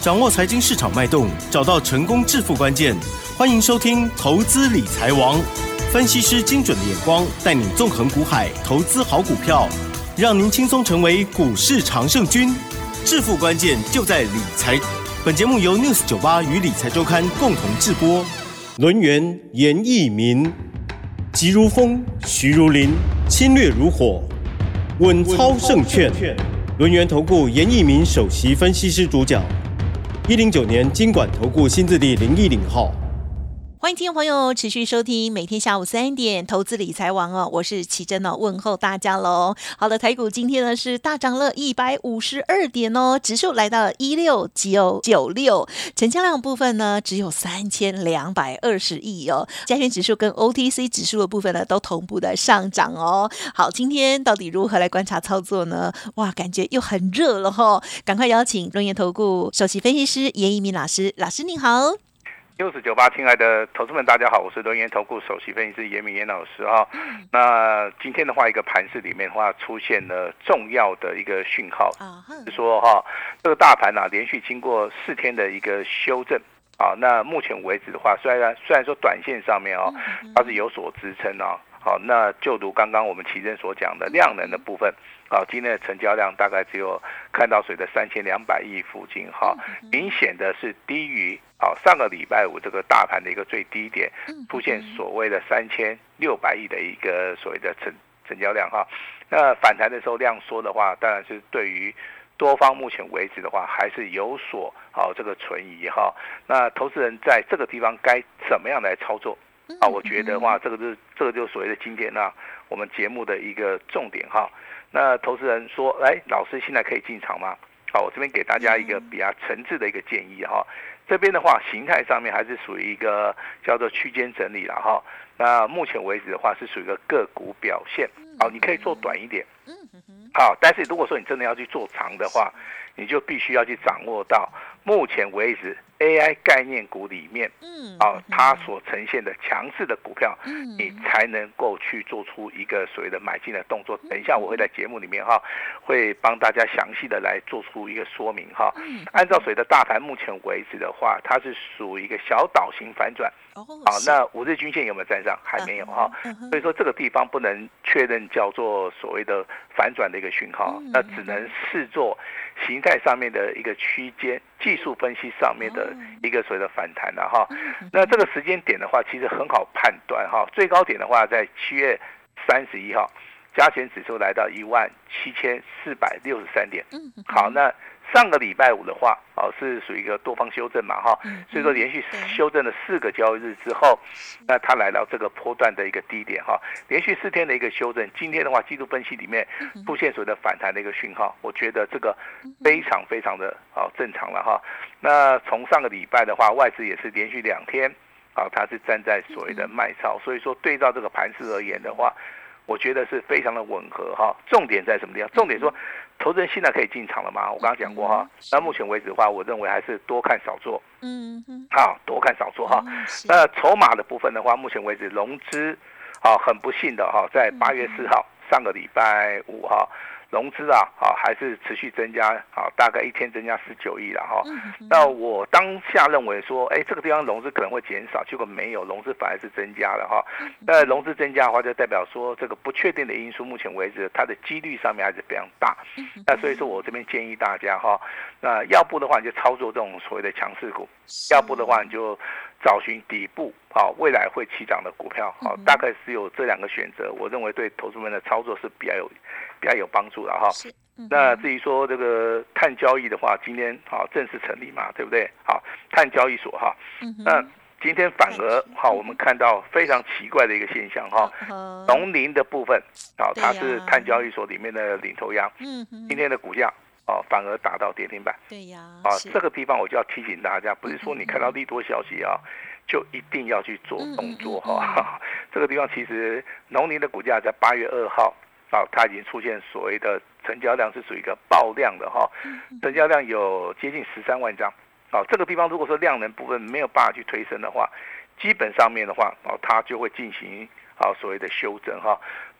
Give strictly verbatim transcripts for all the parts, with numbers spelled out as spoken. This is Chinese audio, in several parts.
掌握财经市场脉动，找到成功致富关键。欢迎收听《投资理财王》，分析师精准的眼光，带你纵横股海，投资好股票，让您轻松成为股市常胜军。致富关键就在理财。本节目由 News 九十八与理财周刊共同制播。轮源严义民，急如风，徐如林，侵略如火，稳操胜券。轮源投顾严义民首席分析师主讲。一零九年金管投顾新字第零一零号。 欢迎听众朋友持续收听每天下午三点投资理财王哦，我是奇珍哦，问候大家喽。好的，台股今天呢是大涨了一百五十二点哦，指数来到了一六九九六，成交量部分呢只有三千两百二十亿哦，加权指数跟 O T C 指数的部分呢都同步的上涨哦。好，今天到底如何来观察操作呢？哇，感觉又很热了哈、哦，赶快邀请轮源投顾首席分析师严义民老师，老师您好。 六四九八，亲爱的投资们，大家好，我是轮源投顾首席分析师严明严老师哈。那今天的话，一个盘市里面的话，出现了重要的一个讯号，是说哈，这个大盘啊，连续经过四天的一个修正啊，那目前为止的话，虽然虽然说短线上面哦，它是有所支撑啊。好，那就如刚刚我们奇珍所讲的量能的部分，好，今天的成交量大概只有看到水的三千两百亿附近，哈，明显的是低于好上个礼拜五这个大盘的一个最低点，出现所谓的三千六百亿的一个所谓的成成交量哈。那反弹的时候量缩的话，当然是对于多方目前为止的话，还是有所好这个存疑哈。那投资人在这个地方该怎么样来操作？啊，我觉得话，这个就是这个就是所谓的今天呢、啊，我们节目的一个重点哈。那投资人说，哎，老师现在可以进场吗？好，我这边给大家一个比较诚挚的一个建议哈。这边的话，形态上面还是属于一个叫做区间整理了哈。那目前为止的话，是属于一个个股表现。好，你可以做短一点。好，但是如果说你真的要去做长的话，你就必须要去掌握到目前为止 A I 概念股里面，嗯，啊，它所呈现的强势的股票，嗯，你才能够去做出一个所谓的买进的动作。等一下我会在节目里面哈，会帮大家详细的来做出一个说明哈。按照所谓的大盘目前为止的话，它是属于一个小倒型反转。好，那五日均线有没有站上？还没有哈，所以说这个地方不能确认叫做所谓的反转的一个讯号，那只能视作形态上面的一个区间，技术分析上面的一个所谓的反弹了哈。那这个时间点的话，其实很好判断哈。最高点的话，在七月三十一号，加权指数来到一万七千四百六十三点。好，那上个礼拜五的话，哦，是属于一个多方修正嘛，哈，所以说连续修正了四个交易日之后，那它来到这个波段的一个低点，哈，连续四天的一个修正，今天的话，技术分析里面出现所谓的反弹的一个讯号，我觉得这个非常非常的哦正常了哈。那从上个礼拜的话，外资也是连续两天，啊，它是站在所谓的卖超，所以说对照这个盘势而言的话，我觉得是非常的吻合哈。重点在什么地方？重点说，投资人现在可以进场了吗？我刚刚讲过哈。那目前为止的话，我认为还是多看少做。嗯嗯。好，多看少做哈。那筹码的部分的话，目前为止融资，啊，很不幸的哈，在八月四号上个礼拜五哈。融资啊，啊还是持续增加，啊大概一天增加十九亿了哈。那我当下认为说，哎，这个地方融资可能会减少，结果没有，融资反而是增加了哈。那融资增加的话，就代表说这个不确定的因素，目前为止它的几率上面还是非常大。那所以说我这边建议大家哈，那要不的话你就操作这种所谓的强势股，要不的话你就找寻底部好未来会起涨的股票，好大概只有这两个选择，我认为对投资们的操作是比较有比较有帮助的哈。那至于说这个碳交易的话，今天好正式成立嘛，对不对？好，碳交易所哈，那今天反而好，我们看到非常奇怪的一个现象哈，农林的部分好，它是碳交易所里面的领头羊，今天的股价。哦，反而达到跌停板。对呀，啊，这个地方我就要提醒大家，不是说你看到利多消息啊，就一定要去做动作哈、嗯。这个地方其实农林的股价在八月二号啊，它已经出现所谓的成交量是属于一个爆量的哈，成交量有接近十三万张。啊，这个地方如果说量能部分没有办法去推升的话，基本上面的话，哦，它就会进行啊所谓的修正哈。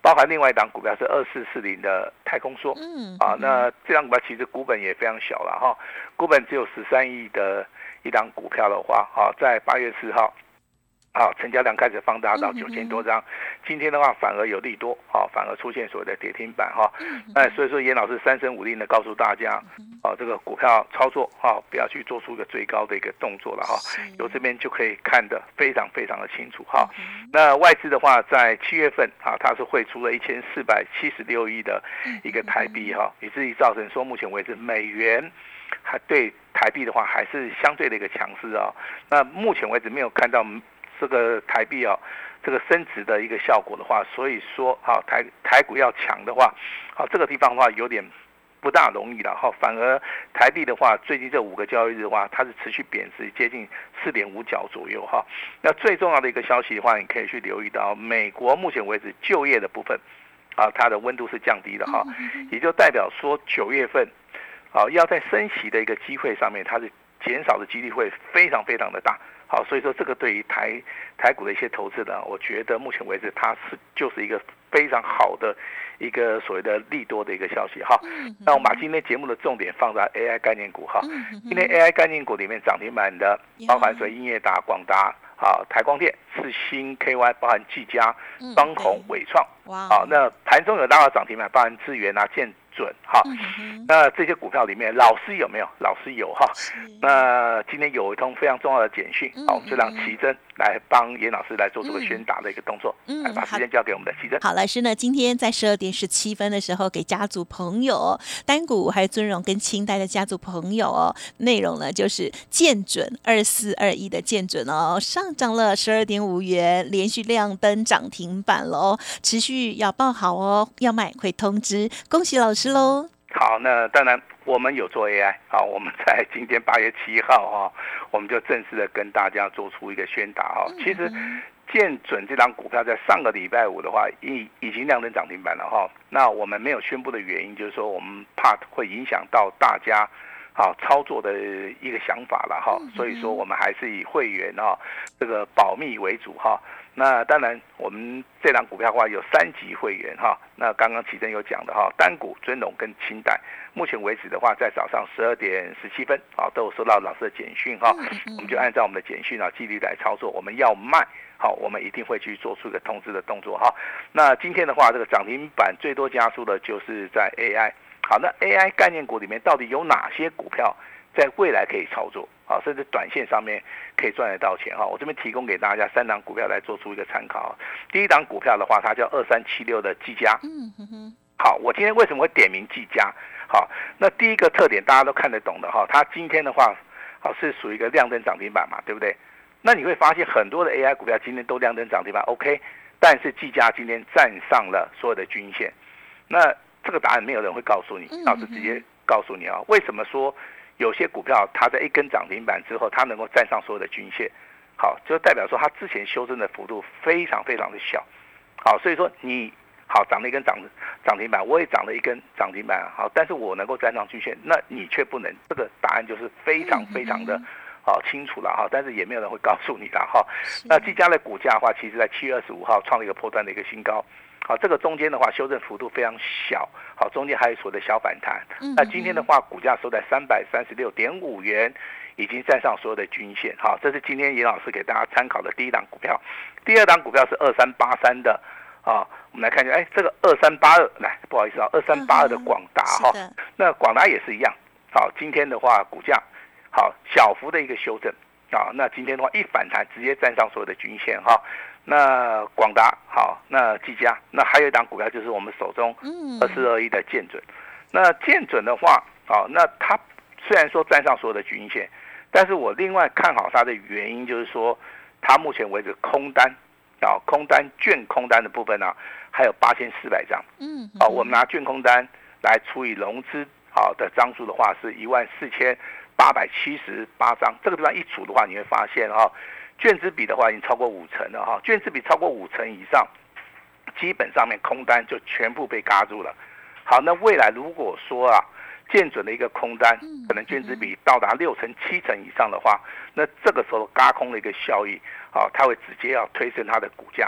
包含另外一档股票是二四四零的太空梭，嗯，啊，那这档股票其实股本也非常小了哈，股本只有十三亿的一档股票的话，啊，在八月四号。啊，成交量开始放大到九千多张，今天的话反而有利多，啊，反而出现所谓的跌停板哈。那所以说严老师三声五令的告诉大家，啊，这个股票操作啊，不要去做出一个最高的一个动作了哈。由这边就可以看得非常非常的清楚哈。那外资的话，在七月份啊，它是汇出了一千四百七十六亿的一个台币哈，以至于造成说目前为止美元还对台币的话还是相对的一个强势啊。那目前为止没有看到这个台币啊，这个升值的一个效果的话，所以说啊，台台股要强的话，好，这个地方的话有点不大容易了哈。反而台币的话，最近这五个交易日的话，它是持续贬值，接近四点五角左右哈。那最重要的一个消息的话，你可以去留意到，美国目前为止就业的部分啊，它的温度是降低的哈，也就代表说九月份啊，要在升息的一个机会上面，它是减少的几率会非常非常的大。好，所以说这个对于台台股的一些投资呢，我觉得目前为止它是就是一个非常好的一个所谓的利多的一个消息哈。那我们把今天节目的重点放在 A I 概念股哈。今天 A I 概念股里面涨停板的，包含所谓英业达、广达、啊台光电、世芯 K Y， 包含技嘉、双鸿、伟创。好，那盘中有拉到涨停板，包含智原啊、建准哈。那这些股票里面，老师有没有？老师有哈。那今天有一通非常重要的简讯，好，我们就让奇珍来帮严老师来做这个宣达的一个动作，嗯，来把时间交给我们的奇珍。 好，老师呢，今天在十二点十七分的时候，给家族朋友单股还有尊荣跟清代的家族朋友哦，内容呢就是建准二四二一的建准哦，上涨了十二点五元，连续亮灯涨停板了哦，持续要报好哦，要买会通知，恭喜老师喽。 好，那当然我们有做 A I， 好，我们在今天八月七号哈，我们就正式的跟大家做出一个宣达哈。其实建准这张股票在上个礼拜五的话，已已经亮灯涨停板了哈。那我们没有宣布的原因，就是说我们怕会影响到大家好操作的一个想法了哈。所以说我们还是以会员哈这个保密为主哈。那当然，我们这档股票的话有三级会员哈。那刚刚奇珍有讲的哈，单股、尊荣跟清代，目前为止的话，在早上十二点十七分啊，都有收到老师的简讯哈。我们就按照我们的简讯啊纪律来操作。我们要卖好，我们一定会去做出一个通知的动作哈。那今天的话，这个涨停板最多加速的就是在 A I。好，那 A I 概念股里面到底有哪些股票在未来可以操作？啊，甚至短线上面可以赚得到钱哈。我这边提供给大家三档股票来做出一个参考。第一档股票的话，它叫二三七六的技嘉。嗯哼哼。好，我今天为什么会点名技嘉？好，那第一个特点大家都看得懂的哈，它今天的话，好是属于一个亮灯涨停板嘛，对不对？那你会发现很多的 A I 股票今天都亮灯涨停板 ，OK， 但是技嘉今天站上了所有的均线。那这个答案没有人会告诉你，老师直接告诉你啊，为什么说？有些股票它在一根涨停板之后，它能够站上所有的均线，好，就代表说它之前修正的幅度非常非常的小，好，所以说你好涨了一根涨涨停板，我也涨了一根涨停板，好，但是我能够站上均线，那你却不能，这个答案就是非常非常的好清楚了哈，但是也没有人会告诉你了哈。那技嘉的股价的话，其实在七月二十五号创了一个波段的一个新高。好，这个中间的话修正幅度非常小，好，中间还有所谓的小反弹。那今天的话，股价收在三百三十六点五元，已经站上所有的均线。好，这是今天严老师给大家参考的第一档股票。第二档股票是二三八三的啊，我们来看一下，哎，这个二三八二，来，不好意思啊，二三八二的广达哈，那广达也是一样。好，今天的话股价好小幅的一个修正啊，那今天的话一反弹直接站上所有的均线哈。那广达好，那技嘉，那还有一档股票就是我们手中二四二一的建准。那建准的话，好，那它虽然说站上所有的均线，但是我另外看好它的原因就是说，它目前为止空单啊，空单券空单的部分呢、啊，还有八千四百张。嗯，好，我们拿券空单来除以融资好的张数的话，是一万四千八百七十八张。这个地方一除的话，你会发现哈、哦。券资比的话已经超过五成了哈，券资比超过五成以上，基本上面空单就全部被嘎住了。好，那未来如果说啊，建准的一个空单，可能券资比到达六成七成以上的话，那这个时候嘎空的一个效益，啊，它会直接要推升它的股价。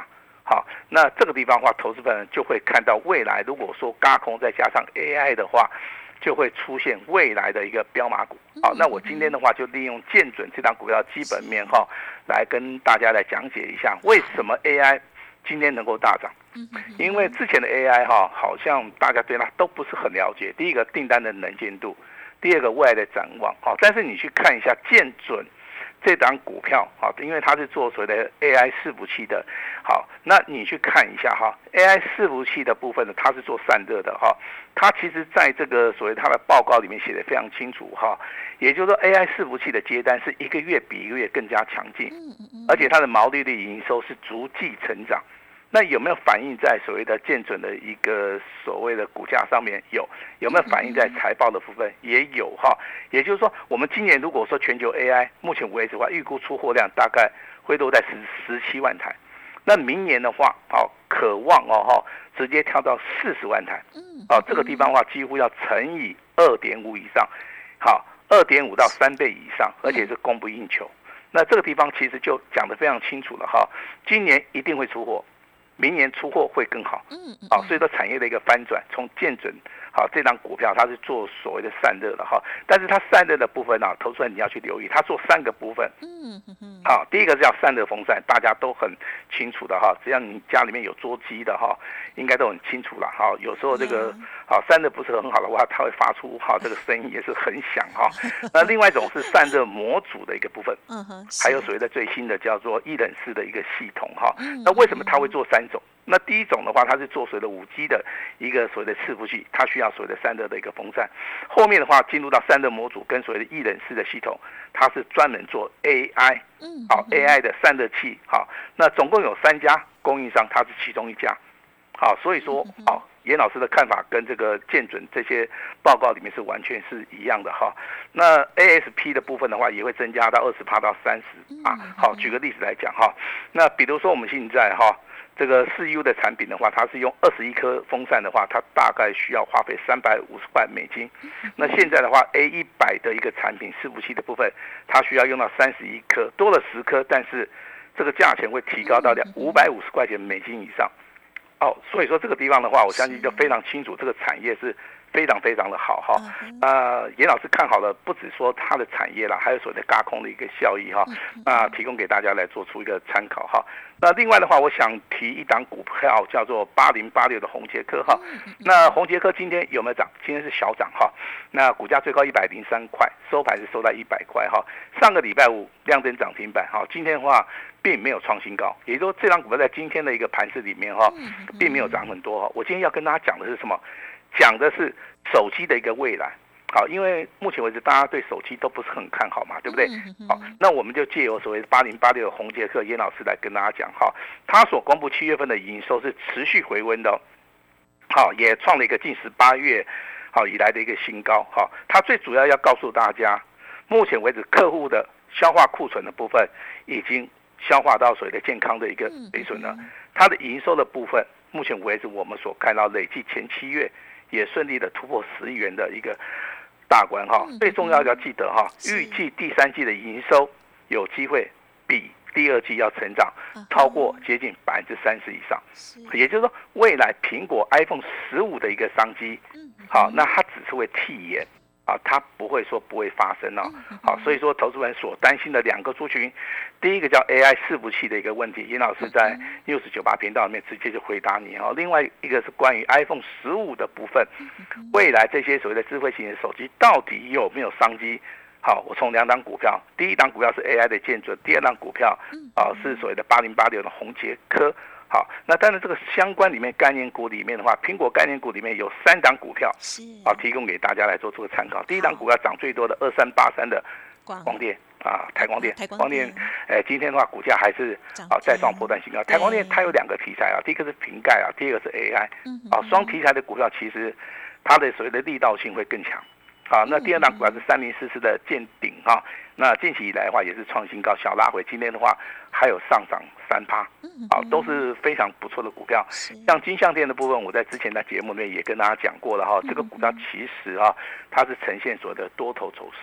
好，那这个地方的话，投资人就会看到未来，如果说軋空再加上 A I 的话，就会出现未来的一个标码股。好，那我今天的话就利用建准这档股票基本面哈，来跟大家来讲解一下为什么 A I 今天能够大涨。因为之前的 A I 哈，好像大家对它都不是很了解。第一个订单的能见度，第二个未来的展望。好，但是你去看一下建准这档股票，好，因为它是做所谓的 A I 伺服器的。好，那你去看一下哈 ，A I 伺服器的部分呢，它是做散热的哈。它其实在这个所谓它的报告里面写得非常清楚哈，也就是说 A I 伺服器的接单是一个月比一个月更加强劲，而且它的毛利率营收是逐季成长。那有没有反映在所谓的建准的一个所谓的股价上面？有，有没有反映在财报的部分？也有哈。也就是说，我们今年如果说全球 A I 目前为止的话，预估出货量大概会落在十十七万台。那明年的话，好，可望哦哈，直接跳到四十万台。哦，这个地方的话，几乎要乘以二点五以上，好，二点五到三倍以上，而且是供不应求。那这个地方其实就讲得非常清楚了哈，今年一定会出货。明年出货会更好，嗯，好，所以说产业的一个翻转，从建准，好，这张股票它是做所谓的散热的哈，但是它散热的部分啊，投资人你要去留意，它做三个部分，嗯嗯，好，第一个是叫散热风扇，大家都很清楚的哈，只要你家里面有桌机的哈，应该都很清楚了哈，有时候这个好散热不是很好的话，它会发出哈这个声音也是很响哈。那另外一种是散热模组的一个部分，嗯哼，还有所谓的最新的叫做易冷式的一个系统哈。那为什么它会做三种？那第一种的话，它是做所谓的五 G 的一个所谓的伺服器，它需要所谓的散热的一个风扇。后面的话进入到散热模组跟所谓的易冷式的系统，它是专门做 A I， 好 A I 的散热器，好，那总共有三家供应商，它是其中一家，好，所以说好。严老师的看法跟这个建准这些报告里面是完全是一样的哈。那 A S P 的部分的话，也会增加到二十趴到三十啊。好，举个例子来讲哈，那比如说我们现在哈这个四 U 的产品的话，它是用二十一颗风扇的话，它大概需要花费三百五十块美金。那现在的话 ，A 一百的一个产品伺服器的部分，它需要用到三十一颗，多了十颗，但是这个价钱会提高到五百五十块钱美金以上。哦，所以说这个地方的话，我相信就非常清楚，这个产业是非常非常的好哈。呃，严老师看好了，不只说它的产业啦，还有所谓的軋空的一个效益哈。那提供给大家来做出一个参考哈。那另外的话，我想提一档股票叫做八零八六的宏捷科哈。那宏捷科今天有没有涨？今天是小涨哈。那股价最高一百零三块，收盘是收在一百块哈。上个礼拜五亮灯涨停板哈，今天的话并没有创新高，也就是说这档股票在今天的一个盘势里面哈，并没有涨很多哈。我今天要跟大家讲的是什么？讲的是手机的一个未来。好，因为目前为止大家对手机都不是很看好嘛，对不对？好，那我们就借由所谓八零八六的宏捷科严老师来跟大家讲哈，他所公布七月份的营收是持续回温的、哦，好，也创了一个近十八月好以来的一个新高。好，他最主要要告诉大家，目前为止客户的消化库存的部分已经消化到所谓的健康的一个水准了，它的营收的部分，目前为止我们所看到累计前七月也顺利的突破十亿元的一个大关哈。最重要要记得哈，预计第三季的营收有机会比第二季要成长超过接近百分之三十以上，也就是说未来苹果 iPhone 十五的一个商机，好，那它只是会替延。啊，它不会说不会发生哦。好，所以说投资人所担心的两个族群，第一个叫 A I 伺服器的一个问题，严老师在 News 九八频道里面直接就回答你哦。另外一个是关于 iPhone 十五的部分，未来这些所谓的智慧型的手机到底有没有商机？好，我从两档股票，第一档股票是 A I 的建准，第二档股票啊是所谓的八零八六的宏捷科。好，那当然这个相关里面概念股里面的话，苹果概念股里面有三档股票，啊，提供给大家来做做参考。第一档股票涨最多的二三八三的光电啊，台光电，光电，哎，今天的话股价还是啊再创波段新高。台光电它有两个题材啊，第一个是瓶盖啊，第二个是 A I， 啊，双题材的股票其实它的所谓的力道性会更强。好，那第二档股票是三零四四的见顶哈，那近期以来的话也是创新高，小拉回，今天的话还有上涨三趴，好，都是非常不错的股票。像金像电的部分，我在之前的节目里面也跟大家讲过了哈，这个股票其实啊，它是呈现所谓的多头走势，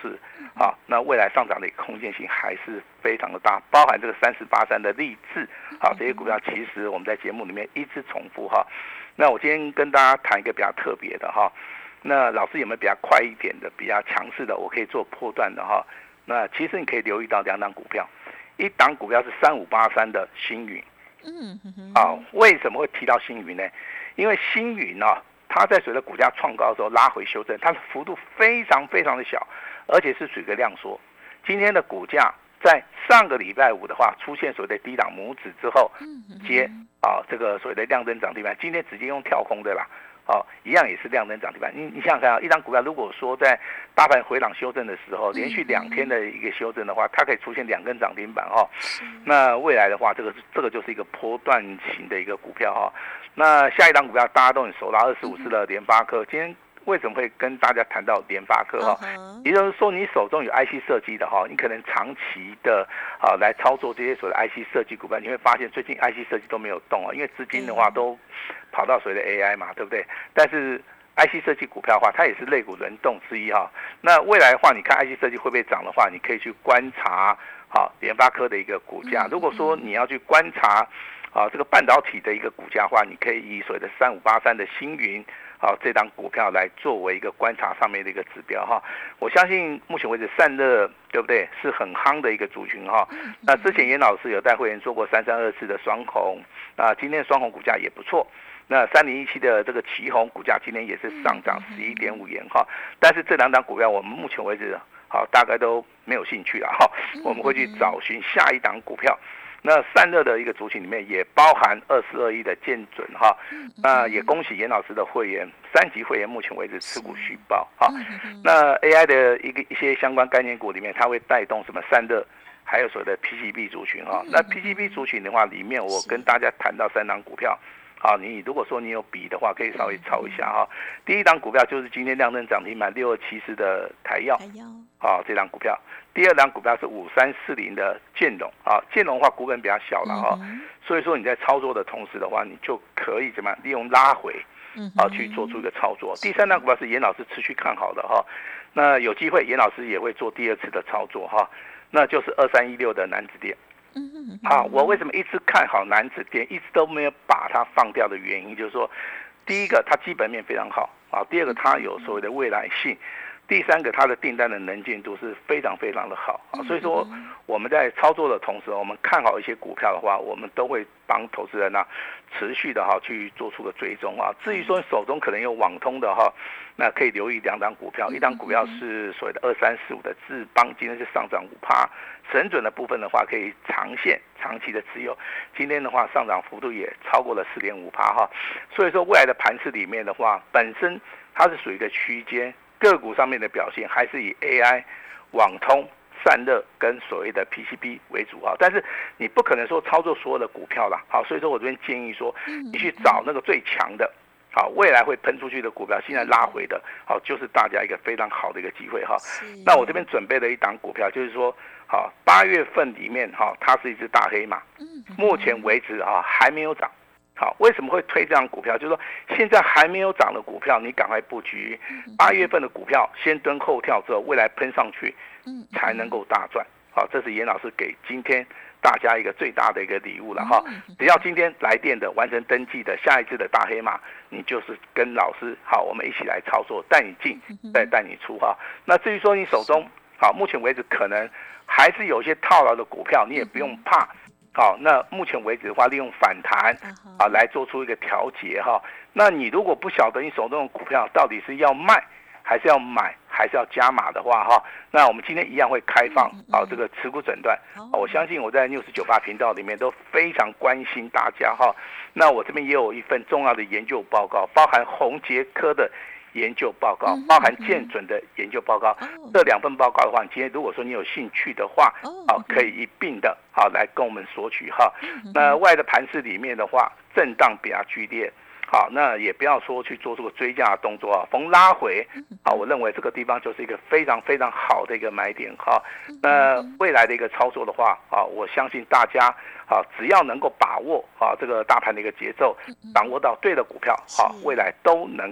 好，那未来上涨的空间性还是非常的大，包含这个三四八三的励志，好，这些股票其实我们在节目里面一直重复哈。那我今天跟大家谈一个比较特别的哈，那老师有没有比较快一点的、比较强势的，我可以做波段的哈？那其实你可以留意到两档股票，一档股票是三五八三的星云，嗯，啊，为什么会提到星云呢？因为星云呢、啊，它在随着股价创高的时候拉回修正，它的幅度非常非常的小，而且是属于一个量缩。今天的股价在上个礼拜五的话，出现所谓的低档拇指之后，接啊这个所谓的量增涨停板，今天直接用跳空的啦，哦，一样也是量增涨停板。你你想想看啊，一张股票如果说在大盘回档修正的时候，连续两天的一个修正的话，它可以出现两根涨停板哈、哦。那未来的话，这个这个就是一个波段型的一个股票哈、哦。那下一档股票大家都很熟了，二十五四的联发科，今天为什么会跟大家谈到联发科哈？也就是说，你手中有 I C 设计的哈，你可能长期的啊来操作这些所谓的 I C 设计股票，你会发现最近 I C 设计都没有动啊，因为资金的话都跑到所谓的 A I 嘛，对不对？但是 I C 设计股票的话，它也是类股轮动之一哈。那未来的话，你看 I C 设计会不会涨的话，你可以去观察好联发科的一个股价。如果说你要去观察啊这个半导体的一个股价的话，你可以以所谓的三五八三的星云。好，这档股票来作为一个观察上面的一个指标哈，我相信目前为止散热对不对是很夯的一个族群哈。那之前严老师有带会员做过三三二四的双红，啊，今天的双红股价也不错。那三零一七的这个奇宏股价今天也是上涨十一点五元哈，但是这两档股票我们目前为止好大概都没有兴趣了哈，我们会去找寻下一档股票。那散热的一个族群里面也包含二四二一的建准哈，那也恭喜严老师的会员，三级会员目前为止持股续报哈。那 A I 的一个一些相关概念股里面，它会带动什么散热，还有所谓的 P C B 族群哈。那 P C B 族群的话，里面我跟大家谈到三档股票。好，你如果说你有笔的话，可以稍微抄一下哈。第一档股票就是今天亮灯涨停板六二七四的台药，好，这档股票。第二档股票是五三四零的建融，啊，建融的话股本比较小了哈，所以说你在操作的同时的话，你就可以怎么样利用拉回，啊，去做出一个操作。第三档股票是严老师持续看好的哈，那有机会严老师也会做第二次的操作哈，那就是二三一六的南子电。好，我为什么一直看好南子电，一直都没有把它放掉的原因，就是说，第一个它基本面非常好啊，第二个它有所谓的未来性，第三个它的订单的能见度是非常非常的好啊，所以说我们在操作的同时，我们看好一些股票的话，我们都会帮投资人啊持续的哈去做出个追踪啊。至于说手中可能有网通的哈，那可以留意两档股票，一档股票是所谓的二三四五的智邦，今天是上涨五趴。神准的部分的话，可以长线、长期的持有。今天的话，上涨幅度也超过了 四点五趴 哈。所以说，未来的盘势里面的话，本身它是属于一个区间，个股上面的表现还是以 A I、网通、散热跟所谓的 P C B 为主哈。但是你不可能说操作所有的股票啦，好，所以说我这边建议说，你去找那个最强的。好，未来会喷出去的股票，现在拉回的，好，就是大家一个非常好的一个机会哈。那我这边准备了一档股票，就是说，好，八月份里面哈，它是一只大黑马，目前为止哈还没有涨。好，为什么会推这张股票？就是说，现在还没有涨的股票，你赶快布局。八月份的股票先蹲后跳之后，未来喷上去，才能够大赚。好，这是严老师给今天大家一个最大的一个礼物了哈！只要今天来电的完成登记的下一次的大黑马，你就是跟老师好，我们一起来操作，带你进，再带你出哈。那至于说你手中好，目前为止可能还是有一些套牢的股票，你也不用怕。好，那目前为止的话，利用反弹啊来做出一个调节哈。那你如果不晓得你手中的股票到底是要卖还是要买，还是要加码的话哈，那我们今天一样会开放啊这个持股诊断。我相信我在 News 九十八频道里面都非常关心大家哈。那我这边也有一份重要的研究报告，包含宏捷科的研究报告，包含建准的研究报告。这两份报告的话，今天如果说你有兴趣的话，好，可以一并的好来跟我们索取哈。那外的盘势里面的话，震荡比较剧烈。好，那也不要说去做这个追价的动作啊，逢拉回，好，我认为这个地方就是一个非常非常好的一个买点哈。那未来的一个操作的话，啊，我相信大家啊，只要能够把握啊这个大盘的一个节奏，掌握到对的股票，好，未来都能够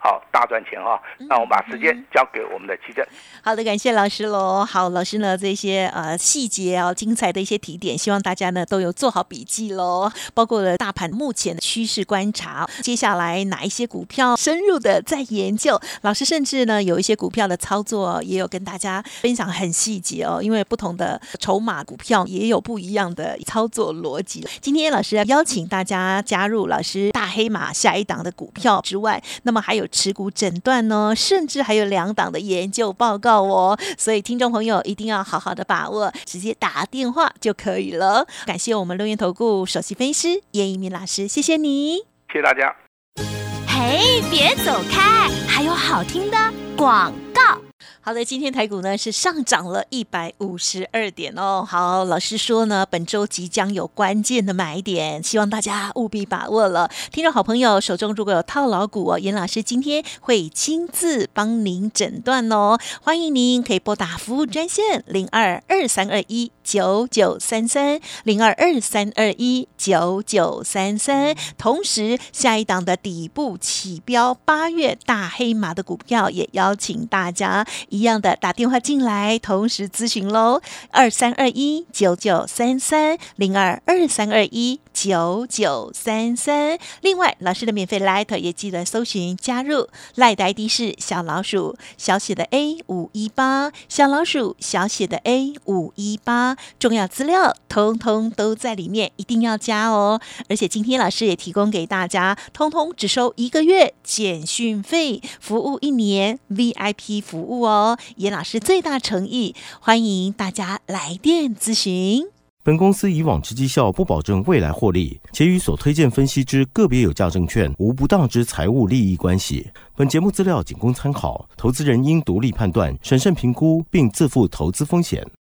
好大赚钱哈。那我们把时间交给我们的奇珍。 好的，感谢老师喽。好，老师呢这些呃细节哦，精彩的一些提点，希望大家呢都有做好笔记喽。包括了大盘目前的趋势观察，接下来哪一些股票深入的在研究，老师甚至呢有一些股票的操作也有跟大家分享很细节哦，因为不同的筹码股票也有不一样的操作逻辑。今天老师要邀请大家加入老师大黑马下一档的股票之外，那么还有持股诊断呢，甚至还有两档的研究报告哦，所以听众朋友一定要好好的把握，直接打电话就可以了。感谢我们六元投顾首席分析师叶一鸣老师，谢谢你， 谢谢大家。 嘿，别走开，还有好听的广告。 好的，今天台股呢是上涨了一百五十二点哦。好，老师说呢，本周即将有关键的买点，希望大家务必把握了。听众好朋友手中如果有套牢股哦，严老师今天会亲自帮您诊断哦。欢迎您可以拨打服务专线零二二三二一九九三三零二二三二一九九三三。同时，下一档的底部起标八月大黑马的股票，也邀请大家一样的打电话进来，同时咨询喽，二三二一九九三三零二二三二一九九三三。另外，老师的免费 Line 也记得搜寻加入 Line 的 I D 是小老鼠小写的 A 五一八，小老鼠小写的 A 五一八，重要资料通通都在里面，一定要加哦。而且今天老师也提供给大家，通通只收一个月简讯费，服务一年 V I P 服务哦。严老师最大诚意，欢迎大家来电咨询。 本公司以往之绩效不保证未来获利，且与所推荐分析之个别有价证券无不当之财务利益关系。本节目资料仅供参考，投资人应独立判断、审慎评估，并自负投资风险。